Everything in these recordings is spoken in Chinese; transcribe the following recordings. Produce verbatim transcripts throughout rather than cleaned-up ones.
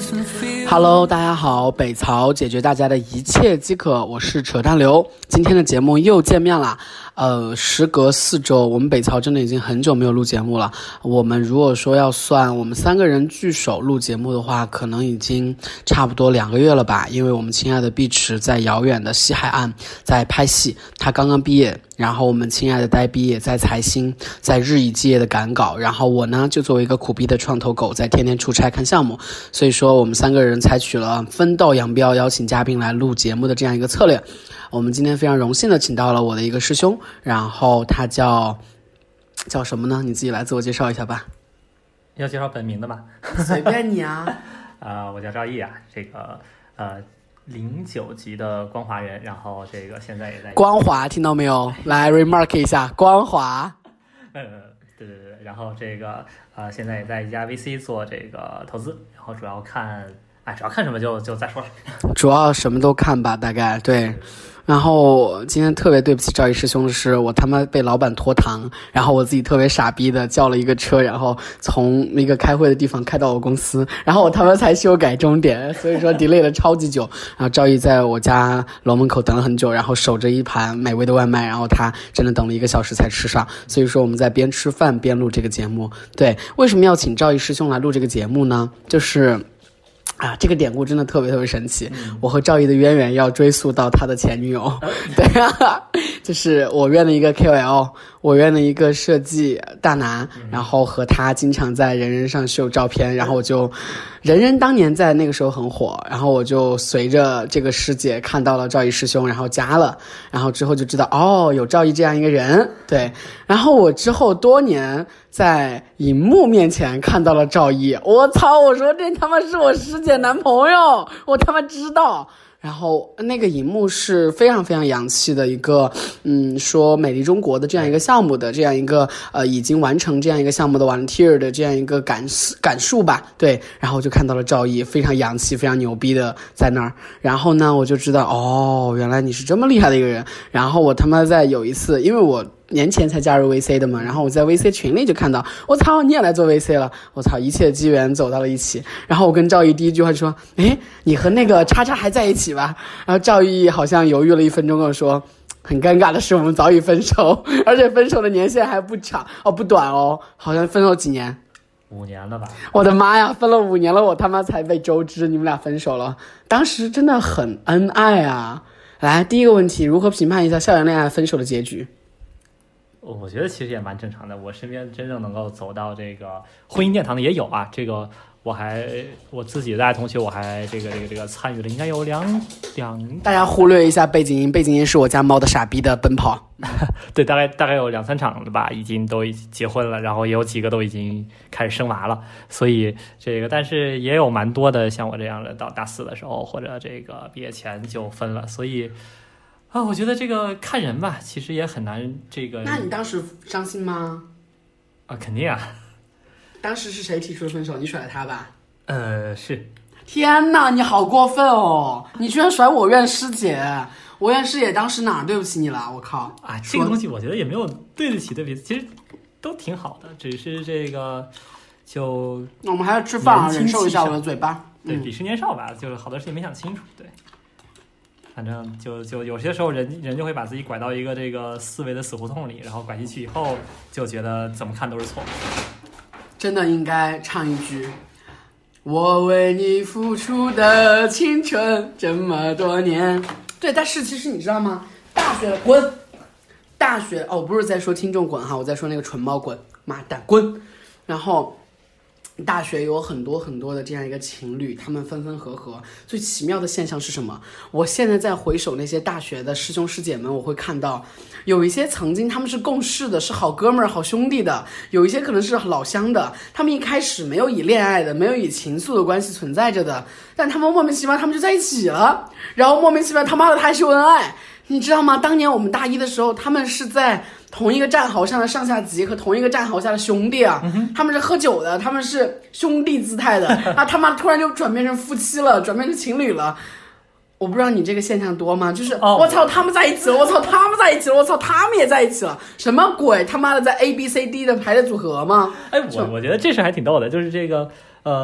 Hello， 大家好，北曹解决大家的一切饥渴，我是扯淡刘。今天的节目又见面了，呃，时隔四周，我们北曹真的已经很久没有录节目了。我们如果说要算我们三个人聚首录节目的话，可能已经差不多两个月了吧。因为我们亲爱的碧池在遥远的西海岸在拍戏，他刚刚毕业。然后我们亲爱的呆逼也在财新，在日以继夜的赶稿，然后我呢就作为一个苦逼的创投狗，在天天出差看项目。所以说我们三个人采取了分道扬镳，邀请嘉宾来录节目的这样一个策略。我们今天非常荣幸的请到了我的一个师兄，然后他叫叫什么呢？你自己来自我介绍一下吧。 要介绍本名的吗？ 随便你啊。 呃，我叫赵毅啊，这个呃。零九级的光华人，然后这个现在也在光华，听到没有？来 remark 一下光华。 呃，对对对，然后这个呃，现在也在一家 V C 做这个投资，然后主要看，哎，主要看什么就就再说。 主要什么都看吧，大概对。然后今天特别对不起赵毅师兄的是，我他妈被老板拖堂，然后我自己特别傻逼的叫了一个车，然后从一个开会的地方开到我公司，然后我他妈才修改终点，所以说 delay 了超级久。然后赵毅在我家楼门口等了很久，然后守着一盘美味的外卖，然后他真的等了一个小时才吃上。所以说我们在边吃饭边录这个节目。对，为什么要请赵毅师兄来录这个节目呢？就是啊，这个典故真的特别特别神奇。嗯、我和赵毅的渊源要追溯到他的前女友。对啊，就是我约了一个 K O L， 我约了一个设计大拿，然后和他经常在人人上秀照片，然后我就人人当年在那个时候很火，然后我就随着这个师姐看到了赵毅师兄，然后加了，然后之后就知道哦，有赵毅这样一个人。对，然后我之后多年在荧幕面前看到了赵毅，我操，我说这他妈是我师姐男朋友，我他妈知道。然后那个荧幕是非常非常洋气的一个，嗯，说美丽中国的这样一个项目的这样一个呃已经完成这样一个项目的 volunteer 的这样一个感感述吧，对。然后我就看到了赵毅非常洋气、非常牛逼的在那儿，然后呢我就知道哦，原来你是这么厉害的一个人。然后我他妈在有一次，因为我年前才加入 V C 的嘛，然后我在 V C 群里就看到，我操，你也来做 V C 了，我操，一切机缘走到了一起。然后我跟赵毅第一句话就说，诶，你和那个叉叉还在一起吧？然后赵毅好像犹豫了一分钟跟我说，很尴尬的是我们早已分手，而且分手的年限还不长哦，不短哦，好像分手几年？ 五年了吧？ 我的妈呀，分了五年了，我他妈才被周知你们俩分手了。当时真的很恩爱啊。来，第一个问题，如何评判一下校园恋爱分手的结局？ 我觉得其实也蛮正常的，我身边真正能够走到这个婚姻殿堂的也有啊。这个我还我自己的大学同学，我还这个这个这个参与了，应该有两两。 大家忽略一下背景音，背景音是我家猫的傻逼的奔跑。 对，大概大概有两三场了吧，已经都已经结婚了，然后也有几个都已经开始生娃了。所以这个，但是也有蛮多的像我这样的，到大四的时候或者这个毕业前就分了，所以。啊，我觉得这个看人吧，其实也很难。这个， 那你当时伤心吗？ 啊，肯定啊。 当时是谁提出的分手？你甩了他吧？ 呃，是。 天哪，你好过分哦！你居然甩我院师姐，我院师姐当时哪儿对不起你了？我靠！ 啊，这个东西我觉得也没有对得起对不起，其实都挺好的，只是这个就。 那我们还要吃饭啊，忍受一下我的嘴巴。 对，彼时年少吧，就是好多事情没想清楚，对。反正就就有些时候人人就会把自己拐到一个这个思维的死胡同里，然后拐进去以后就觉得怎么看都是错。 真的应该唱一句，我为你付出的青春这么多年。对，但是其实你知道吗？大学滚，大学哦，我不是在说听众滚哈，我在说那个蠢猫滚，妈蛋滚。然后大学有很多很多的这样一个情侣，他们分分合合。最奇妙的现象是什么？我现在在回首那些大学的师兄师姐们，我会看到有一些曾经他们是共事的，是好哥们儿好兄弟的，有一些可能是老乡的，他们一开始没有以恋爱的，没有以情愫的关系存在着的，但他们莫名其妙他们就在一起了，然后莫名其妙他妈的他还秀恩爱。你知道吗？当年我们大一的时候，他们是在同一个战壕上的上下级和同一个战壕下的兄弟啊，嗯、他们是喝酒的，他们是兄弟姿态的啊，他妈突然就转变成夫妻了，转变成情侣了。我不知道你这个现象多吗？就是我、哦、操，他们在一起了，我操，他们在一起了，我操，他们也在一起了，什么鬼？他妈的在 A B C D 的排列组合吗？ 哎，我我觉得这事还挺逗的，就是这个呃。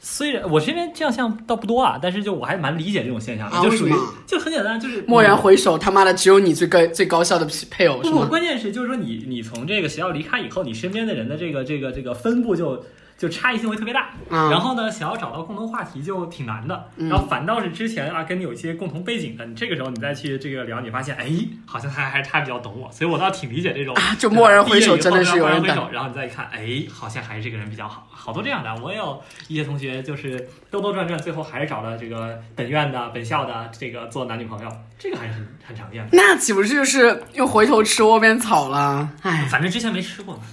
虽然我身边这样像倒不多啊，但是就我还蛮理解这种现象的， 啊、 就属于就很简单，就是蓦然回首，他妈的只有你最高最高效的配偶是吗？ 不，关键是就是说你你从这个学校离开以后，你身边的人的这个这个这个分布就。就差异性会特别大， 嗯、 然后呢，想要找到共同话题就挺难的。 嗯、 然后反倒是之前啊，跟你有一些共同背景的，你这个时候你再去这个聊，你发现哎，好像他还他比较懂我，所以我倒挺理解这种。 啊、就蓦然回首，真的是有人等。 然后你再一看，哎，好像还是这个人比较好，好多这样的。我也有一些同学就是兜兜转转，最后还是找了这个本院的、本校的这个做男女朋友，这个还是很很常见的。 那岂不是就是又回头吃窝边草了？哎， 反正之前没吃过嘛。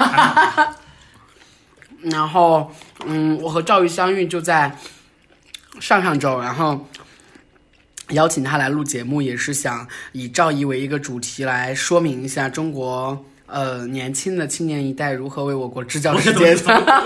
然后，嗯，我和赵瑜相遇就在上上周，然后邀请他来录节目，也是想以赵怡为一个主题来说明一下中国呃年轻的青年一代如何为我国制教事业，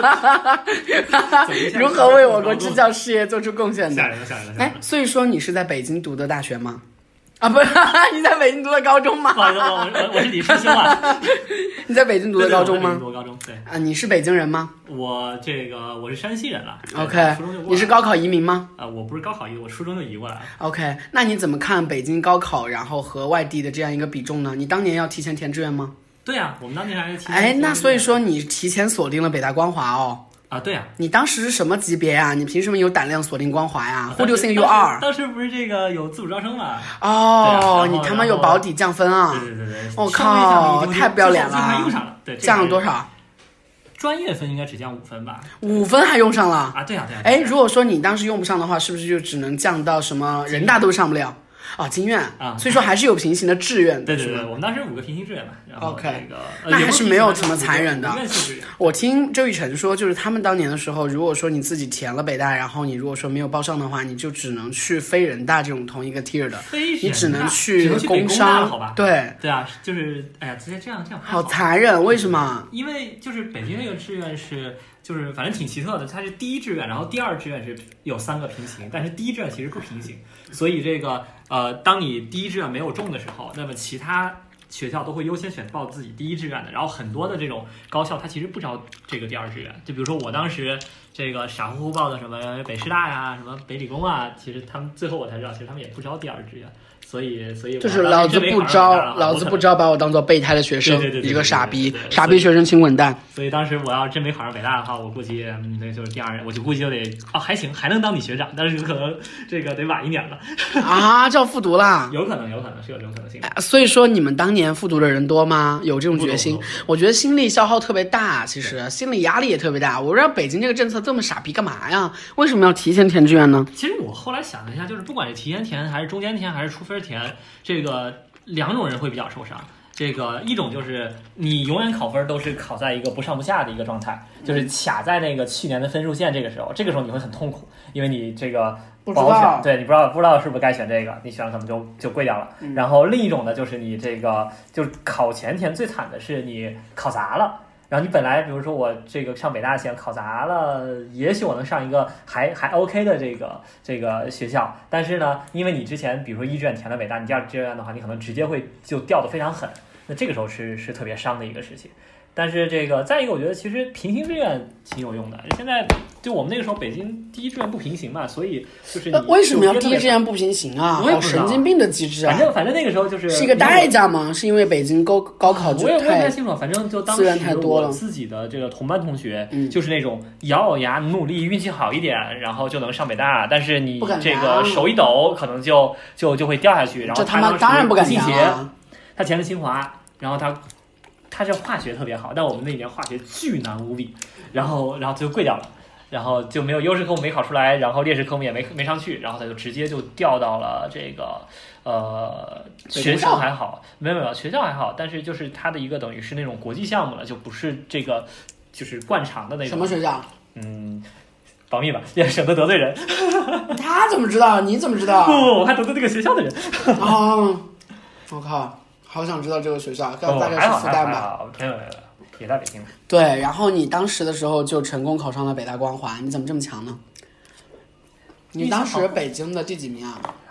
如何为我国制教事业做出贡献的。 吓人了，吓人了！ 哎，所以说你是在北京读的大学吗？啊，不是，你在北京读的高中吗？ 不好意思，我我我是你师兄啊。 你在北京读的高中吗？ 读高中，对。 啊，你是北京人吗？ 我这个我是山西人了。 OK，你是高考移民吗？ 啊，我不是高考移，我初中就移过来了。 OK， 那你怎么看北京高考然后和外地的这样一个比重呢？你当年要提前填志愿吗？ 对啊，我们当年还是提前。 哎，那所以说你提前锁定了北大光华哦。 啊，对啊， 你当时是什么级别呀、啊？你凭什么有胆量锁定光华呀 ？Who do you think you are？ 当时不是这个有自主招生嘛？ 哦，你他妈有保底降分啊！ 对对对对， 我、哦、靠，太不要脸了！ 用上了，对， 降了多少？ 专业分应该只降五分吧？ 五分还用上了啊？对啊对啊。 哎，如果说你当时用不上的话，是不是就只能降到什么人大都上不了？啊、哦，经院啊，所以说还是有平行的志愿的。 对对对，我们当时五个平行志愿嘛。然后 OK，、 那个、 那还是没有什么残忍的。 的我听周雨辰说，就是他们当年的时候，如果说你自己填了北大，然后你如果说没有报上的话，你就只能去非人大这种同一个 tier 的，你只能去工商， 好吧？ 对对啊，就是哎呀，直接这样这样。 好残忍，为什么？ 因为就是北京这个志愿是。就是反正挺奇特的，它是第一志愿，然后第二志愿是有三个平行，但是第一志愿其实不平行，所以这个呃，当你第一志愿没有中的时候，那么其他学校都会优先选报自己第一志愿的，然后很多的这种高校它其实不招这个第二志愿，就比如说我当时这个傻乎乎报的什么北师大呀、什么北理工啊，其实他们最后我才知道，其实他们也不招第二志愿。所以，所以就是老子不招，老子不招，把我当做备胎的学生，一个傻逼，傻逼学生请滚蛋。 所以当时我要真没考上北大的话，我估计那、嗯、就是第二，我就估计就得哦还行，还能当你学长，但是有可能这个得晚一点了。 啊，这要复读啦？ 有可能，有可能是有这种可能性的。 所以说你们当年复读的人多吗？有这种决心？我觉得心理消耗特别大，其实心理压力也特别大。我不知道北京这个政策这么傻逼干嘛呀？为什么要提前填志愿呢？ 其实我后来想了一下，就是不管是提前填还是中间填还是出分填，这个两种人会比较受伤。这个一种就是你永远考分都是考在一个不上不下的一个状态，就是卡在那个去年的分数线，这个时候，这个时候你会很痛苦，因为你这个不好选，对你不知道不知道是不是该选这个，你选了可能就就跪掉了。嗯、然后另一种呢，就是你这个就是考前填最惨的是你考砸了。然后你本来比如说我这个上北大前考砸了，也许我能上一个还还 OK 的这个这个学校，但是呢，因为你之前比如说一志愿填了北大，你第二志愿的话，你可能直接会就掉得非常狠，那这个时候是是特别伤的一个事情。但是这个再一个，我觉得其实平行志愿挺有用的。现在就我们那个时候北京第一志愿不平行嘛，所以就是你为什么要第一志愿不平行啊？好神经病的机制啊！ 反正反正那个时候就是是一个代价吗？是因为北京高高考就太、啊、我也不太清楚，反正就当时我自己的这个同班同学， 嗯、 就是那种咬咬牙努力，运气好一点，然后就能上北大，但是你这个手一抖，可能就就就会掉下去。然后他当然不敢信邪，他填了清华，然后他。他这化学特别好，但我们那一年化学巨难无比，然后然后最后跪掉了，然后就没有优势科目没考出来，然后劣势科目也没没上去，然后他就直接就调到了这个呃学校还好，没有没有学校还好，但是就是他的一个等于是那种国际项目了，就不是这个就是惯常的那种。 什么学校？ 嗯，保密吧，也省得得罪人。 他怎么知道？你怎么知道？ 不，我还得罪那个学校的人。 哦，我靠！好想知道这个学校，大概是复旦吧？ 没有没有，也在北京。 对，然后你当时的时候就成功考上了北大光华，你怎么这么强呢？你当时北京的第几名啊？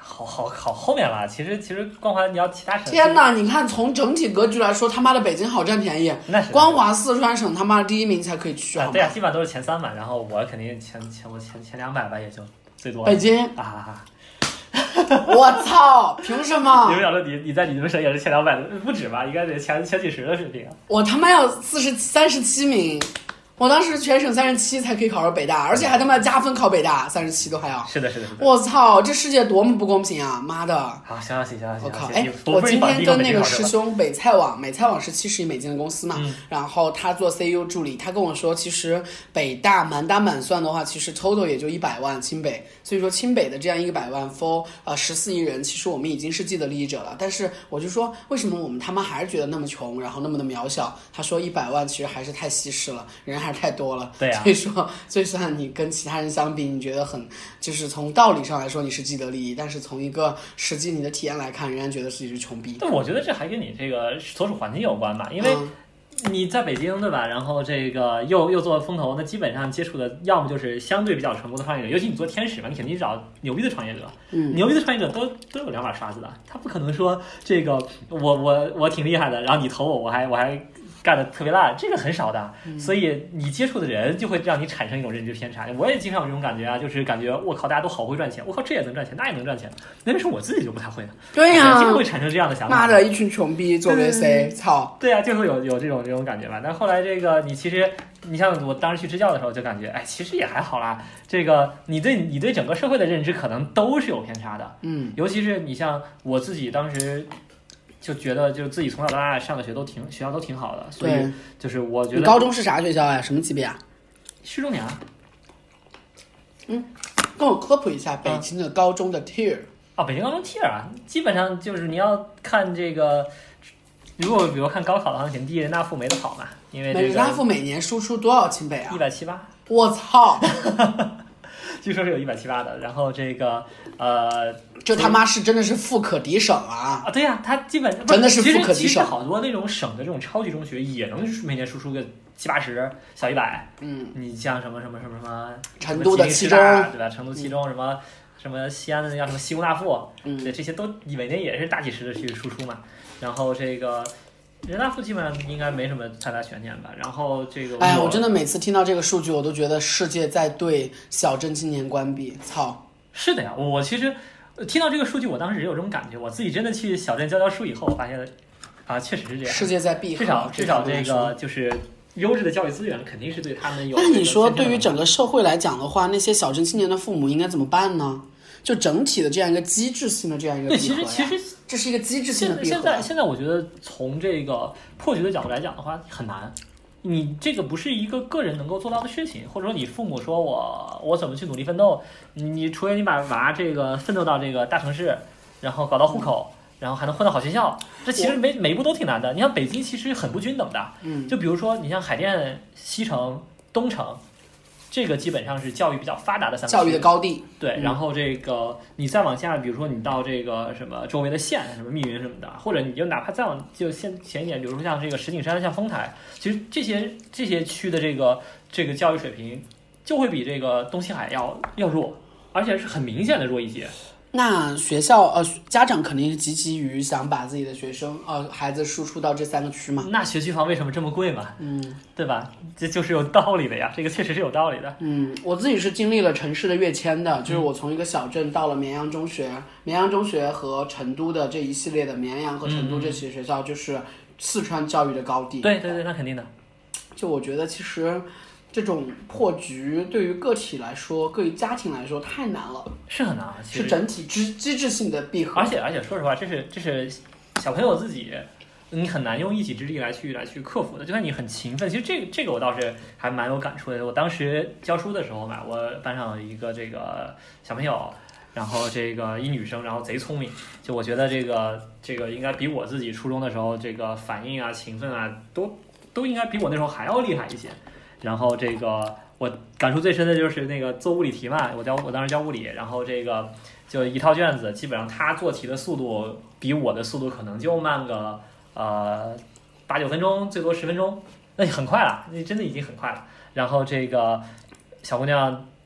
好好好后面了。其实其实光华你要其他省， 天哪！你看从整体格局来说，他妈的北京好占便宜， 那是光华四川省他妈的第一名才可以去啊。对啊，基本上都是前三嘛，然后我肯定前前我前前两百吧，也就最多。 北京啊。 我操！凭什么？ 你们想说你你在你们省也是前两百的，不止吧？应该得前前几十的水平啊。 我他妈要四十三十七名，我当时全省三十七才可以考上北大，而且还他妈加分考北大，三十七都还要。 是的，是的，是的。 我操，这世界多么不公平啊！妈的！ 好，行行行行， 我靠！哎，我今天跟那个师兄北菜网，美菜网是七十亿美金的公司嘛， 嗯、 然后他做 C E O 助理，他跟我说，其实北大满打满算的话，其实 total 也就一百万清北，所以说清北的这样一个百万 for 呃十四亿人，其实我们已经是既得利益者了。但是我就说，为什么我们他妈还是觉得那么穷，然后那么的渺小？他说一百万其实还是太稀释了，人还是太多了。 对啊， 所以说，就算你跟其他人相比，你觉得很，就是从道理上来说你是既得利益，但是从一个实际你的体验来看，仍然觉得自己是穷逼。 但我觉得这还跟你这个所处环境有关吧，因为你在北京对吧？然后这个又又做风投，那基本上接触的要么就是相对比较成功的创业者，尤其你做天使嘛，你肯定找牛逼的创业者。 嗯， 牛逼的创业者都都有两把刷子的，他不可能说这个我我我挺厉害的，然后你投我，我还我还。干的特别烂，这个很少的，所以你接触的人就会让你产生一种认知偏差。我也经常有这种感觉啊，就是感觉我靠，大家都好会赚钱，我靠，这也能赚钱，那也能赚钱，那是我自己就不太会的。 对呀、啊， 就会产生这样的想法。 妈的，一群穷逼做 V C， 操！ 对啊，就会有有这种这种感觉吧。但后来这个你其实，你像我当时去支教的时候，就感觉哎，其实也还好啦。这个你对你对整个社会的认知可能都是有偏差的， 嗯， 尤其是你像我自己当时。就觉得就是自己从小到大上的学都挺学校都挺好的，所以就是我觉得。 你高中是啥学校呀？什么级别啊？ 市重点啊。 嗯，跟我科普一下北京的高中的 tier。 啊、哦，北京高中 tier 啊，基本上就是你要看这个，如果比如看高考的话，肯定第一人大附没得跑嘛，因为、这个、 人大附每年输出多少清北啊？ 一百七八。 我操！ 据说是有一百七八的，然后这个呃， 这他妈是真的是富可敌省啊！ 啊，对呀、啊，他基本真的是富可敌省。 其实好多那种省的这种超级中学也能每年输出个七八十，小一百。 嗯， 你像什么什么什么什么成都的七中， 对吧？成都七中、嗯、什么什么西安的那叫什么西工大附， 嗯， 对，这些都每年也是大几十的去输出嘛。然后这个。人大附基本上应该没什么太大悬念吧，然后这个， 哎，我真的每次听到这个数据，我都觉得世界在对小镇青年关闭，操！ 是的呀，我其实听到这个数据，我当时也有这种感觉，我自己真的去小镇教教书以后，我发现啊，确实是这样， 世界在闭合， 至少至少这个就是优质的教育资源肯定是对他们有。 那你说，对于整个社会来讲的话，那些小镇青年的父母应该怎么办呢？就整体的这样一个机制性的这样一个闭合， 对，其实其实这是一个机制性的闭合。 现在现在我觉得从这个破局的角度来讲的话很难，你这个不是一个个人能够做到的事情，或者说你父母说我我怎么去努力奋斗，你除非你把娃这个奋斗到这个大城市，然后搞到户口，然后还能混到好学校，这其实每每一步都挺难的。你像北京其实很不均等的， 嗯， 就比如说你像海淀、西城、东城。这个基本上是教育比较发达的三个教育的高地， 对、 嗯。 然后这个你再往下，比如说你到这个什么周围的县，什么密云什么的，或者你就哪怕再往就先前一点，比如说像这个石景山、像丰台，其实这些这些区的这个这个教育水平就会比这个东西海要要弱，而且是很明显的弱一截。 那学校呃，家长肯定是积极于想把自己的学生呃孩子输出到这三个区嘛。 那学区房为什么这么贵嘛？ 嗯， 对吧？这就是有道理的呀，这个确实是有道理的。 嗯，我自己是经历了城市的跃迁的，就是我从一个小镇到了绵阳中学，嗯、绵阳中学和成都的这一系列的绵阳和成都这些学校，就是四川教育的高地。 对对对，那肯定的。 就我觉得其实。这种破局对于个体来说，对于家庭来说太难了， 是很难， 是整体机机制性的闭合。 而且而且说实话，这是这是小朋友自己，你很难用一己之力来去来去克服的。就算你很勤奋，其实这个这个我倒是还蛮有感触的。我当时教书的时候嘛，我班上有一个这个小朋友，然后这个一女生，然后贼聪明，就我觉得这个这个应该比我自己初中的时候这个反应啊、勤奋啊，都都应该比我那时候还要厉害一些。然后这个我感触最深的就是那个做物理题嘛，我教我当时教物理，然后这个就一套卷子，基本上他做题的速度比我的速度可能就慢个呃八九分钟，最多十分钟，那很快了，那真的已经很快了。然后这个小姑娘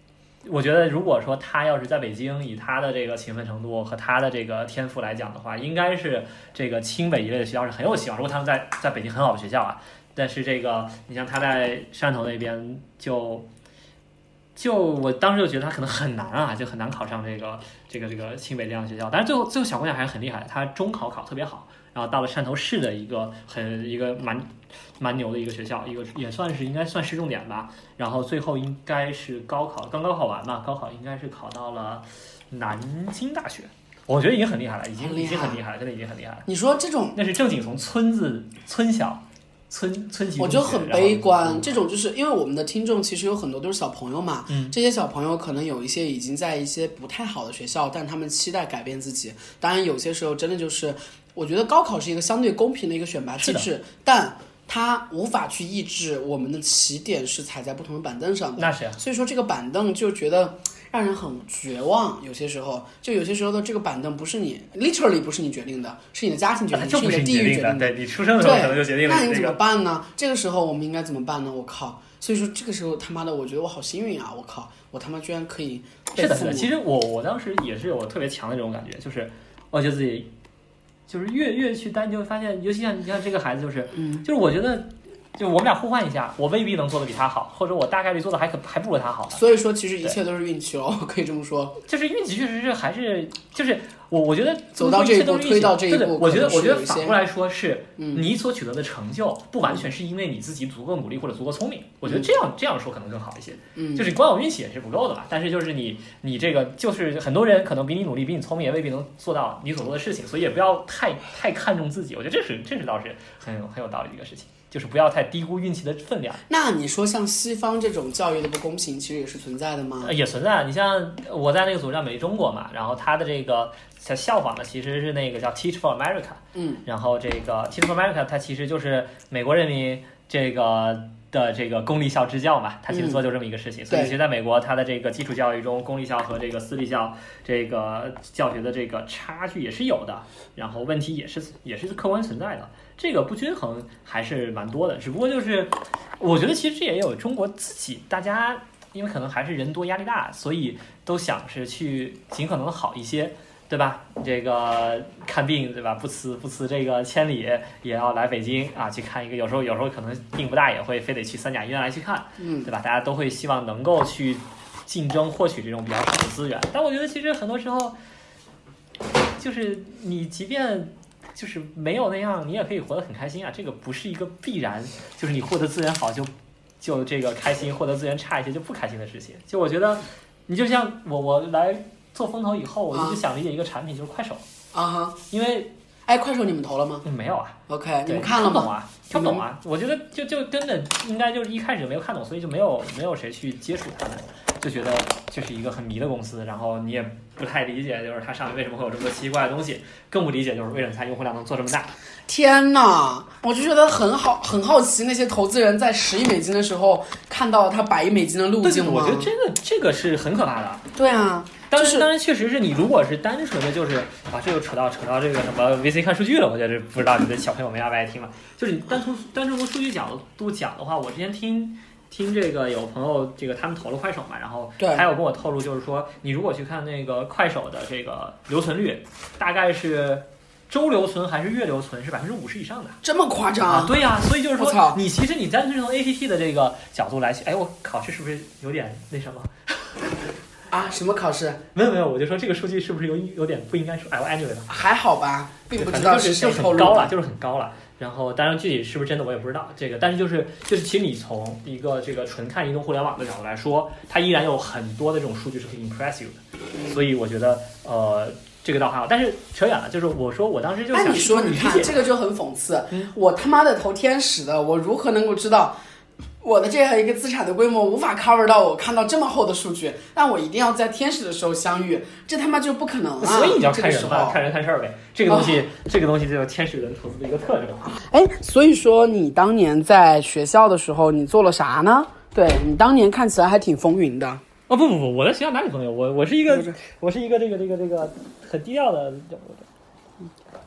我觉得如果说他要是在北京，以他的这个勤奋程度和他的这个天赋来讲的话，应该是这个清北一类的学校是很有希望。如果他们在在北京很好的学校啊，但是这个你像他在汕头那边就。就我当时就觉得他可能很难啊，就很难考上这个这个这个清北这样的学校。但是最后最后小姑娘还是很厉害的，她中考考特别好，然后到了汕头市的一个很一个蛮蛮牛的一个学校，一个也算是应该算市重点吧。然后最后应该是高考刚高考完嘛，高考应该是考到了南京大学。我觉得已经很厉害了，已经已经很厉害了，真的已经很厉害了。 你说这种那是正经从村子村小。村村级， 我就很悲观。这种就是因为我们的听众其实有很多都是小朋友嘛，嗯，这些小朋友可能有一些已经在一些不太好的学校，但他们期待改变自己。当然，有些时候真的就是，我觉得高考是一个相对公平的一个选拔机制，但它无法去抑制我们的起点是踩在不同的板凳上的。 那是、啊， 所以说这个板凳就觉得让人很绝望。有些时候，就有些时候的这个板凳不是你 literally 不是你决定的，是你的家庭决定， 就是你的地域决定的。 对，你出生的时候可能就决定了、 这个。那你怎么办呢？这个时候我们应该怎么办呢？我靠！所以说这个时候他妈的，我觉得我好幸运啊！我靠，我他妈居然可以被父母。 是的，其实我我当时也是有特别强的这种感觉，就是我觉得自己就是越越去担，就会发现，尤其像你像这个孩子，就是，嗯，就是我觉得。就我们俩互换一下，我未必能做的比他好，或者我大概率做的还可还不如他好。 所以说，其实一切都是运气哦，可以这么说。 就是运气确实是还是就是我我觉得走到这一步，推到这一步， 对对，我觉得我觉得反过来说是，你所取得的成就不完全是因为你自己足够努力或者足够聪明，我觉得这样这样说可能更好一些。嗯，就是光有运气也是不够的嘛。但是就是你你这个就是很多人可能比你努力，比你聪明，也未必能做到你所做的事情，所以也不要太太看重自己。我觉得这是这是倒是很有很有道理的一个事情。就是不要太低估运气的分量。 那你说像西方这种教育的不公平，其实也是存在的吗？ 也存在。你像我在那个组织叫美丽中国嘛，然后它的这个效仿的其实是那个叫 Teach for America， 嗯，然后这个 Teach for America 它其实就是美国人民这个的这个公立校支教嘛，它其实做就这么一个事情。嗯、所以其实在美国，它的这个基础教育中，公立校和这个私立校这个教学的这个差距也是有的，然后问题也是也是客观存在的。这个不均衡还是蛮多的，只不过就是我觉得其实这也有中国自己大家因为可能还是人多压力大，所以都想是去尽可能的好一些，对吧？这个看病对吧，不辞不辞这个千里也要来北京啊去看一个，有时候有时候可能病不大也会非得去三甲医院来去看，嗯，对吧？大家都会希望能够去竞争获取这种比较好的资源，但我觉得其实很多时候就是你即便就是没有那样，你也可以活得很开心啊。这个不是一个必然，就是你获得资源好就就这个开心，获得资源差一些就不开心的事情。就我觉得，你就像我我来做风投以后，我就想理解一个产品，就是快手啊哈。 因为哎，快手你们投了吗？ 没有啊。 OK， 你们看了吗？ 看懂啊，看懂啊。我觉得就就根本应该就是一开始没有看懂，所以就没有没有谁去接触他们，就觉得这是一个很迷的公司，然后你也不太理解，就是它上面为什么会有这么多奇怪的东西，更不理解就是为什么它用户量能做这么大。 天哪，我就觉得很好，很好奇那些投资人在十亿美金的时候看到他百亿美金的路径吗？ 我觉得这个这个是很可怕的。 对啊。 当然，当然，确实是你如果是单纯的，就是啊，这就扯到扯到这个什么 V C 看数据了。我觉得不知道你的小朋友们爱不爱听了。就是你单从单纯从数据角度讲的话，我之前听听这个有朋友这个他们投了快手嘛，然后还有跟我透露，就是说你如果去看那个快手的这个留存率，大概是周留存还是月留存是百分之五十以上的， 这么夸张啊？对呀、啊，所以就是说你其实你单纯从 A P P 的这个角度来去，哎，我考试是不是有点那什么？ 啊，什么考试？ 没有没有，我就说这个数据是不是有有点不应该说？哎，我 anyway 吧， 还好吧，并不知道是谁透露的，就是很高了，就是很高了。然后，当然具体是不是真的我也不知道这个，但是就是就是，其实你从一个这个纯看移动互联网的角度来说，它依然有很多的这种数据是可以 impress you 的。所以我觉得，呃，这个倒还好。但是扯远了，就是我说我当时就想， 那你说你看这个就很讽刺，嗯、我他妈的投天使的，我如何能够知道？我的这样一个资产的规模无法 cover 到我看到这么厚的数据，但我一定要在天使的时候相遇，这他妈就不可能啊！ 所以你要看人嘛，看人看事儿呗。这个东西，哦、这个东西就是天使人投资的一个特征。 哎，所以说你当年在学校的时候，你做了啥呢？对你当年看起来还挺风云的。 哦不不不，我在学校哪里风云？我我是一个我是一个这个这个这个很低调的。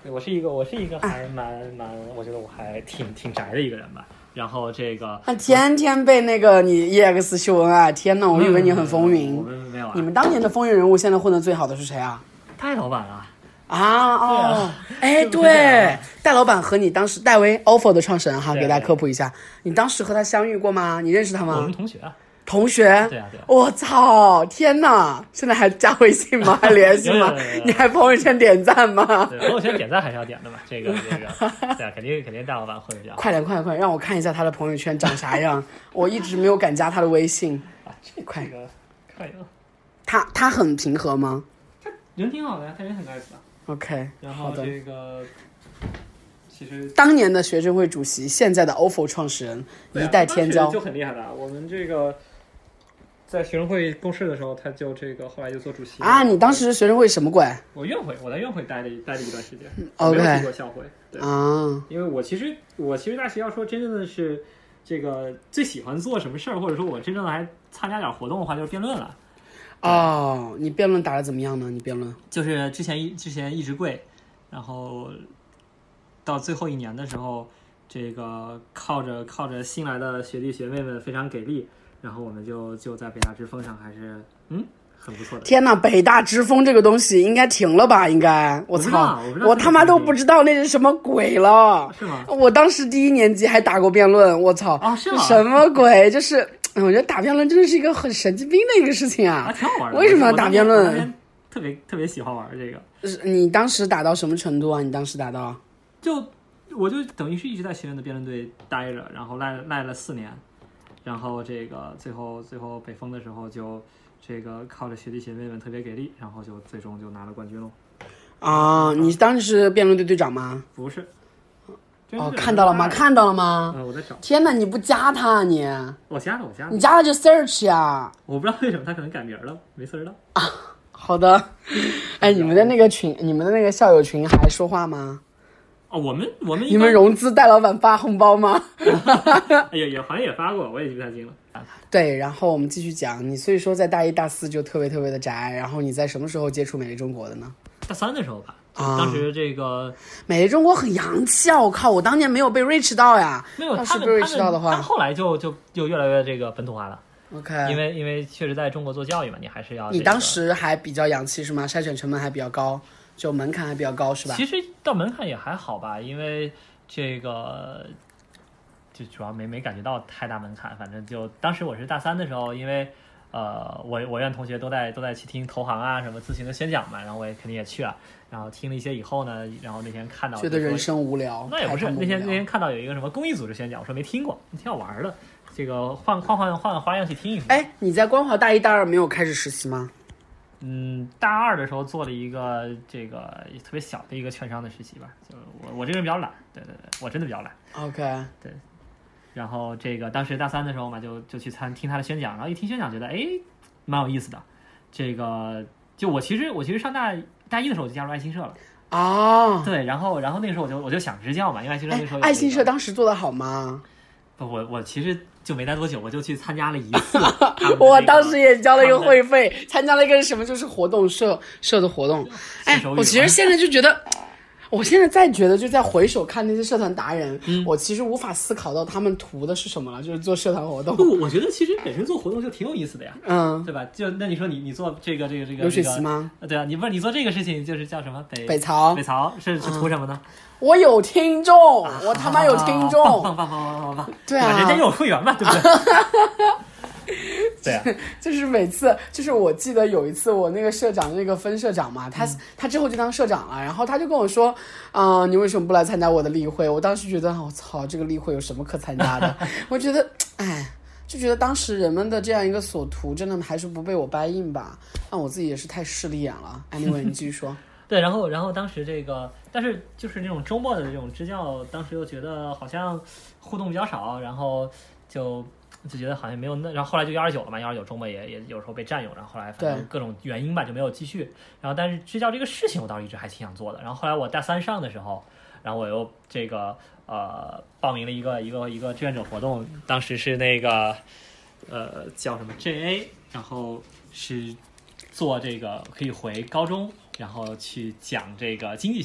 我是一个我是一个还蛮蛮，我觉得我还挺挺宅的一个人吧。然后这个啊，天天被那个你 E X 秀恩爱，天哪！我以为你很风云。 我们没有啊。 你们当年的风云人物，现在混得最好的是谁啊？ 戴老板啊。 啊哦，哎、 啊、 对，戴老板和你当时戴维 O F O 的创始人哈，给大家科普一下，你当时和他相遇过吗？你认识他吗？ 我们同学啊。 同学， 对啊对啊， 我操，天哪！现在还加微信吗？还联系吗？你还朋友圈点赞吗？ 对，朋友圈点赞还是要点的嘛，这个这个，对啊，肯定肯定大老板会比较。 快点快点快点，让我看一下他的朋友圈长啥样，我一直没有敢加他的微信。 啊，这快个快个。 他他很平和吗？ 他人挺好的呀，他人很 nice 的。 OK， 然后这个。其实当年的学生会主席，现在的 O F O 创始人，一代天骄， 就很厉害的。我们这个在学生会共事的时候，他就这个后来就做主席啊。你当时学生会什么鬼？ 我院会，我在院会待了待了一段时间 ，OK， 没有去过校会。对啊， 因为我其实我其实大学要说真正的是这个最喜欢做什么事儿，或者说我真正的还参加点活动的话，就是辩论了。 哦，你辩论打得怎么样呢？你辩论就是之前一之前一直跪，然后到最后一年的时候，这个靠着靠着新来的学弟学妹们非常给力，然后我们就就在北大之风上还是嗯很不错的。 天哪，北大之风这个东西应该停了吧？应该，我操， 我, 我他妈都不知道那是什么鬼了。 是吗？ 我当时第一年级还打过辩论，我操， 啊是吗？ 什么鬼？就是我觉得打辩论真的是一个很神经病的一个事情啊， 啊挺好玩的。 为什么要打辩论？ 特别特别喜欢玩这个。 你当时打到什么程度啊？你当时打到？ 就我就等于是一直在学院的辩论队待着，然后赖赖了四年，然后这个最后最后北风的时候就这个靠着学弟学妹们特别给力，然后就最终就拿了冠军喽。 啊，你当时是辩论队队长吗？ 不是。 哦，看到了吗？看到了吗？ 嗯，我在找。 天哪，你不加他你？ 我加了，我加了。 你加了就 search 呀。 我不知道为什么他可能改名了，没事了。 啊，好的。哎，你们的那个群，你们的那个校友群还说话吗？ 哦，我们我们你们融资戴老板发红包吗？ 哎呀，也好像也发过，我也记不太清了。 对，然后我们继续讲，你所以说在大一大四就特别特别的宅，然后你在什么时候接触美丽中国的呢？ 大三的时候吧。 啊， 当时这个美丽中国很洋气啊！我靠，我当年没有被 reach 到呀。 没有， 要是被 reach 到的话， 但后来就就就越来越这个本土化了。 OK， 因为因为确实在中国做教育嘛，你还是要、这个。 你当时还比较洋气是吗？筛选成本还比较高，就门槛还比较高是吧？ 其实到门槛也还好吧，因为这个就主要没没感觉到太大门槛，反正就当时我是大三的时候，因为。呃，我我院同学都在都在去听投行啊什么咨询的宣讲嘛，然后我也肯定也去了，然后听了一些以后呢，然后那天看到觉得人生无聊， 那也不是，那天那天看到有一个什么公益组织宣讲，我说没听过，挺好玩的，这个换换换换花样去听一听。 哎，你在光华大一大二没有开始实习吗？ 嗯，大二的时候做了一个这个特别小的一个券商的实习吧，就我我这个人比较懒，对对对，我真的比较懒。 OK， 对。然后这个当时大三的时候嘛，就就去参听他的宣讲，然后一听宣讲觉得哎蛮有意思的。这个就我其实我其实上大大一的时候就加入爱心社了。 哦， 对，然后然后那个时候我就我就想支教嘛，因为爱心社那时候、 哎、爱心社当时做的好吗？ 不，我我其实就没待多久，我就去参加了一次。 我当时也交了一个会费，参加了一个什么就是活动社社的活动。哎，我其实现在就觉得。我现在再觉得，就在回首看那些社团达人、嗯，我其实无法思考到他们图的是什么了，就是做社团活动。 不，我觉得其实本身做活动就挺有意思的呀， 嗯， 对吧？就那你说你你做这个这个这个流水席吗？ 对啊，你不是你做这个事情就是叫什么北北曹？ 北曹是是图什么呢？ 嗯、我有听众、啊，我他妈有听众， 棒棒棒棒棒棒！ 对啊， 人家有会员嘛，对不对？对啊， 就是每次，就是我记得有一次，我那个社长那个分社长嘛，他、嗯、他之后就当社长了，然后他就跟我说，啊、呃，你为什么不来参加我的例会？我当时觉得，我、哦、操，这个例会有什么可参加的？我觉得，哎，就觉得当时人们的这样一个所图，真的还是不被我掰硬吧。那我自己也是太势利眼了。Anyway， 你继续说。 对，然后然后当时这个，但是就是那种周末的这种支教，当时又觉得好像互动比较少，然后就。就觉得好像没有那，然后后来就幺二九了嘛，幺二九周末也也有时候被占用，然后后来反正各种原因吧就没有继续。然后但是支教这个事情我倒是一直还挺想做的。然后后来我大三上的时候，然后我又这个呃报名了一个一个一个志愿者活动，当时是那个呃叫什么 J A， 然后是做这个可以回高中，然后去讲这个经济学。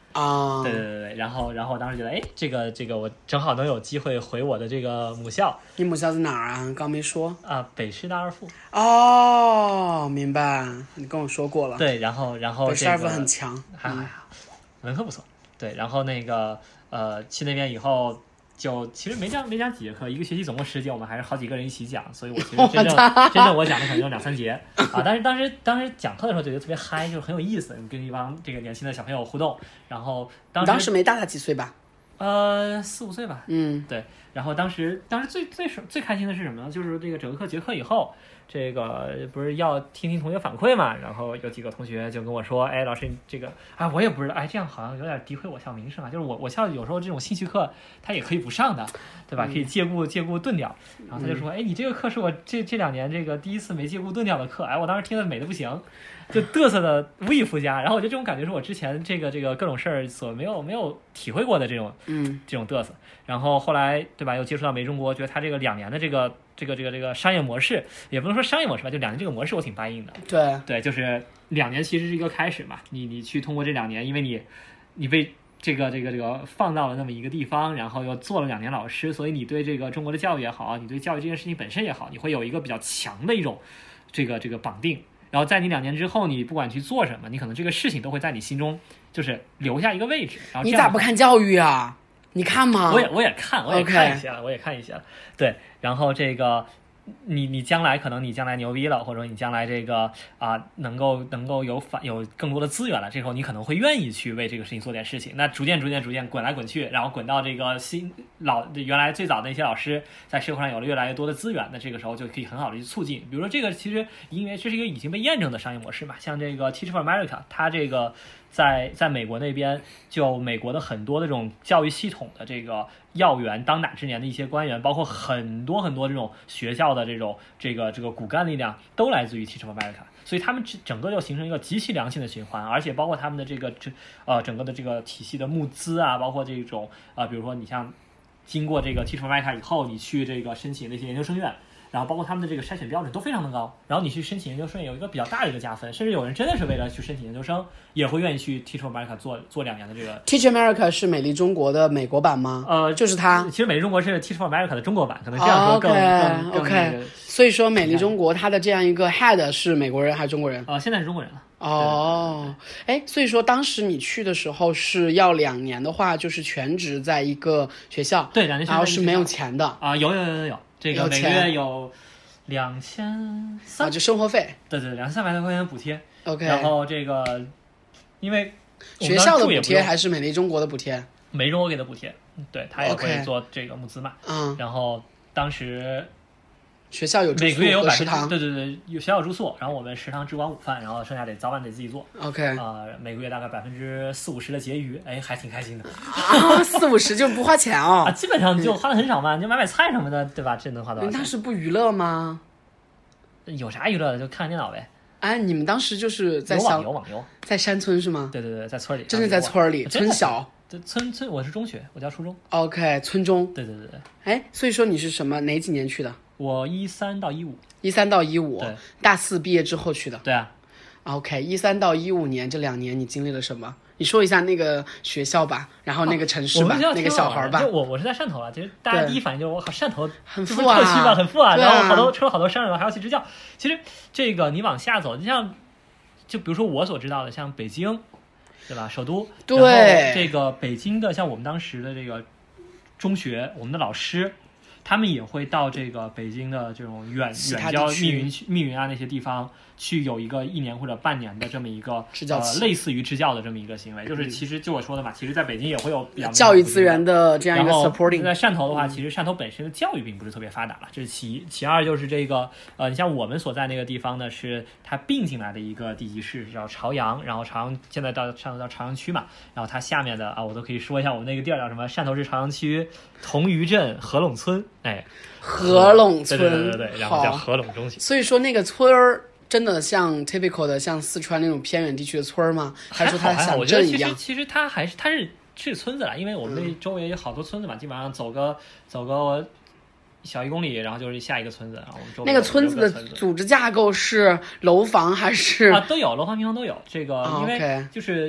啊。 对对对对，然后然后我当时觉得，哎，这个这个我正好能有机会回我的这个母校。 你母校在哪儿啊？刚没说啊，北师大二附。 哦，明白，你跟我说过了。 对，然后然后、这个、 北师二附很强， 还还好，文科不错。对，然后那个呃去那边以后。就其实没讲没讲几节课，一个学期总共十节，我们还是好几个人一起讲，所以我其实真正真正我讲的可能就两三节啊。但是当时当时讲课的时候就觉得特别嗨，就是很有意思，你跟一帮这个年轻的小朋友互动。然后当时当时没大他几岁吧？ 呃，四五岁吧。 嗯， 对。然后当时当时最最最开心的是什么呢？就是这个整个课结课以后，这个不是要听听同学反馈嘛？然后有几个同学就跟我说：“哎，老师，这个啊，我也不知道，哎，这样好像有点诋毁我校名声啊。就是我我校有时候这种兴趣课，他也可以不上的，对吧？可以借故借故顿掉。然后他就说：哎，你这个课是我这这两年这个第一次没借故顿掉的课。哎，我当时听得美的不行。”就嘚瑟的无以复加，然后我觉得这种感觉是我之前这个这个各种事儿所没有没有体会过的这种嗯这种嘚瑟。然后后来对吧，又接触到美中国，觉得他这个两年的这个这个这个这个商业模式，也不能说商业模式吧，就两年这个模式我挺答应的。 对对，就是两年其实是一个开始嘛，你你去通过这两年，因为你你被这个这个这个放到了那么一个地方，然后又做了两年老师，所以你对这个中国的教育也好，你对教育这件事情本身也好，你会有一个比较强的一种这个这个绑定。然后在你两年之后，你不管去做什么，你可能这个事情都会在你心中就是留下一个位置。然后你咋不看教育啊？你看吗？ 我也我也看，我也看一些了， Okay. 我也看一些了。对，然后这个你你将来可能你将来牛逼了，或者你将来这个啊、呃、能够能够有反有更多的资源了，这时候你可能会愿意去为这个事情做点事情。那逐渐逐渐逐渐滚来滚去，然后滚到这个新老原来最早的一些老师在社会上有了越来越多的资源，那这个时候就可以很好的去促进。比如说这个其实因为这是一个已经被验证的商业模式嘛，像这个 Teach for America， 它这个在在美国那边，就美国的很多的这种教育系统的这个要员当打之年的一些官员，包括很多很多这种学校的这种这个这个骨干力量，都来自于 Teach for America， 所以他们整个就形成一个极其良性的循环，而且包括他们的这个这呃整个的这个体系的募资啊，包括这种啊、呃，比如说你像经过这个 Teach for America 以后，你去这个申请那些研究生院。然后包括他们的这个筛选标准都非常的高，然后你去申请研究生有一个比较大的一个加分，甚至有人真的是为了去申请研究生，也会愿意去 Teach for America 做做两年的这个。 Teach America 是美丽中国的美国版吗？ 呃， 就是它。 其实美丽中国是 Teach for America 的中国版，可能这样说更、 oh, 更 OK 更、那个。 所以说美丽中国它的这样一个 head 是美国人还是中国人？ 呃，现在是中国人了。 哦，哎，所以说当时你去的时候是要两年的话，就是全职在一个学校， 对，两年， 然后是没有钱的啊、呃，有有有有有，这个每个月有。两千三啊，就生活费， 对对，两千三百多块钱补贴。 OK， 然后这个，因为学校的补贴还是美丽中国的补贴？ 美丽中国给的补贴，对他也会做这个募资嘛。 嗯， 然后当时学校有住宿每个月有食堂， 对对对，有学校有住宿，然后我们食堂只管午饭，然后剩下得早晚得自己做。 OK， 啊、呃，每个月大概百分之四五十的结余，哎，还挺开心的啊，四五十就不花钱哦， 啊，基本上就花的很少嘛，你就买买菜什么的，对吧？这能花多少钱？ 你当时不娱乐吗？ 有啥娱乐的，就看看电脑呗。 哎，你们当时就是在有网游，网游在山村是吗？ 对对对，在村里， 真的在村里，村小。 对，村村我是中学，我叫初中。 OK， 村中。 对对对对。 哎，所以说你是什么哪几年去的？ 我一三到一五。 一三到一五， 对， 大四毕业之后去的。 对啊。 OK， 一三到一五年这两年你经历了什么？你说一下那个学校吧，然后那个城市吧， 哦、 那个小孩吧。 就我我是在汕头啊，其实大家第一反应就是我靠汕头很富啊， 特区吧，很富啊， 啊然后好多出了好多商人，还要去支教。其实这个你往下走，就像就比如说我所知道的，像北京，对吧？首都。 对。 这个北京的，像我们当时的这个中学，我们的老师。他们也会到这个北京的这种远远郊密云密云啊那些地方去有一个一年或者半年的这么一个呃类似于支教的这么一个行为，就是其实就我说的嘛，其实在北京也会有比较教育资源的这样一个 supporting。 在汕头的话，其实汕头本身的教育并不是特别发达了，这是其一。其二就是这个呃，你像我们所在那个地方呢，是它并进来的一个地级市叫朝阳，然后朝阳现在到汕头到朝阳区嘛，然后它下面的啊，我都可以说一下我们那个地儿叫什么，汕头市朝阳区同余镇合拢村，哎。 合拢村， 对对对对，然后叫合拢中心。 所以说那个村儿真的像 typical 的像四川那种偏远地区的村儿吗？还是说它像镇一样？ 其实它还是它是是村子啦，因为我们那周围有好多村子嘛，嗯、基本上走个走个小一公里，然后就是下一个村子。然后我们周围那个村子的组织架构是楼房还是啊？都有，楼房平房都有。这个因为就是。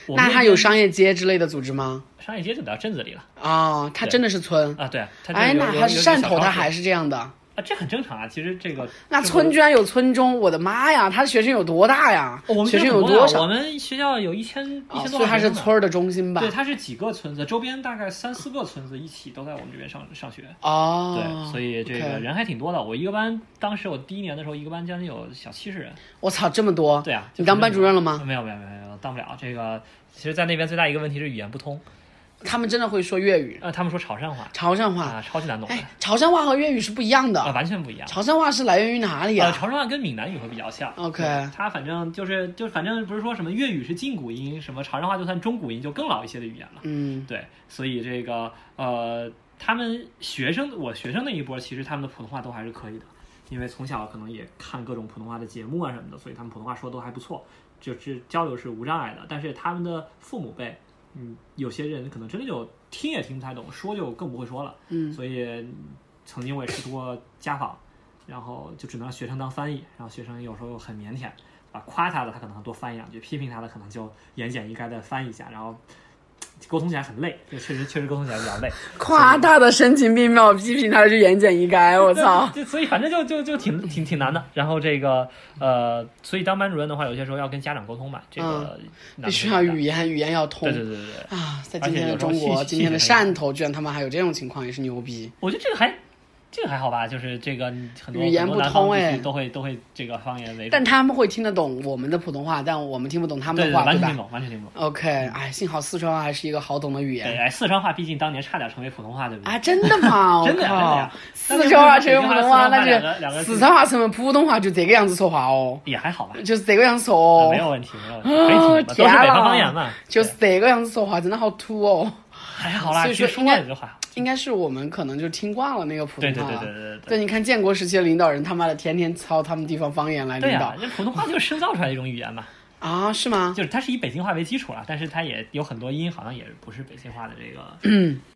那它有商业街之类的组织吗？ 商业街就到镇子里了啊、哦，它真的是村啊，对，它哎，那它是汕头，它还是这样的啊，这很正常啊。其实这个那村居然有村中，我的妈呀！他的学生有多大呀？ 哦、我们学生有多少？ 我们学校有一千一千多、 哦，所以它是村的中心吧？ 对，它是几个村子，周边大概三四个村子一起都在我们这边上上学。 哦， 对，所以这个人还挺多的。我一个班，当时我第一年的时候，一个班将近有小七十人。 我操，这么多！ 对啊， 你当班主任了吗？ 没有，没有，没有，没有，当不了。这个其实，在那边最大一个问题是语言不通。 他们真的会说粤语？ 呃，他们说潮汕话。 潮汕话啊，超级难懂的。 哎，潮汕话和粤语是不一样的啊，完全不一样。 潮汕话是来源于哪里啊？ 呃，潮汕话跟闽南语会比较像。 OK， 它反正就是就反正不是说什么粤语是近古音，什么潮汕话就算中古音，就更老一些的语言了。 嗯， 对，所以这个呃，他们学生，我学生那一波，其实他们的普通话都还是可以的，因为从小可能也看各种普通话的节目啊什么的，所以他们普通话说都还不错，就是交流是无障碍的。但是他们的父母辈。嗯，有些人可能真的就听也听不太懂，说就更不会说了。 嗯， 所以曾经我也试图过家访，然后就只能让学生当翻译，然后学生有时候又很腼腆，啊，夸他的他可能多翻译两句，批评他的可能就言简意赅的翻译一下，然后沟通起来很累，就确实确实沟通起来比较累。 夸他的声情并茂，批评他就言简意赅，我操！ 所以反正就就就挺挺挺难的。然后这个呃，所以当班主任的话，有些时候要跟家长沟通嘛，这个、 嗯、必须要语言语言要通。 对对对对对啊，在今天的中国，今天的汕头，居然他们还有这种情况，也是牛逼。 我觉得这个还。这个还好吧，就是这个很多语言不通哎， 都会都会这个方言为主， 但他们会听得懂我们的普通话，但我们听不懂他们的话， 对，完全听不懂，完全听不懂。 OK， 哎，幸好四川话还是一个好懂的语言。 对，哎，四川话毕竟当年差点成为普通话，对不对？ 啊，真的吗？ 真的呀， 四川话成为普通话，那就四川话成为普通话，就这个样子说话哦。 也还好吧， 就是这个样子说哦， 没有问题，没有问题，可以听，都是北方方言嘛。 就是这个样子说话，真的好土哦。 还好啦， 所以说说话也就还好。 应该是我们可能就听惯了那个普通话， 对对对对对对。你看建国时期的领导人，他妈的天天操他们地方方言来领导。 对呀、啊，这普通话就是生造出来的一种语言嘛。 啊，是吗？ 就是它是以北京话为基础了，但是它也有很多音好像也不是北京话的这个， 嗯，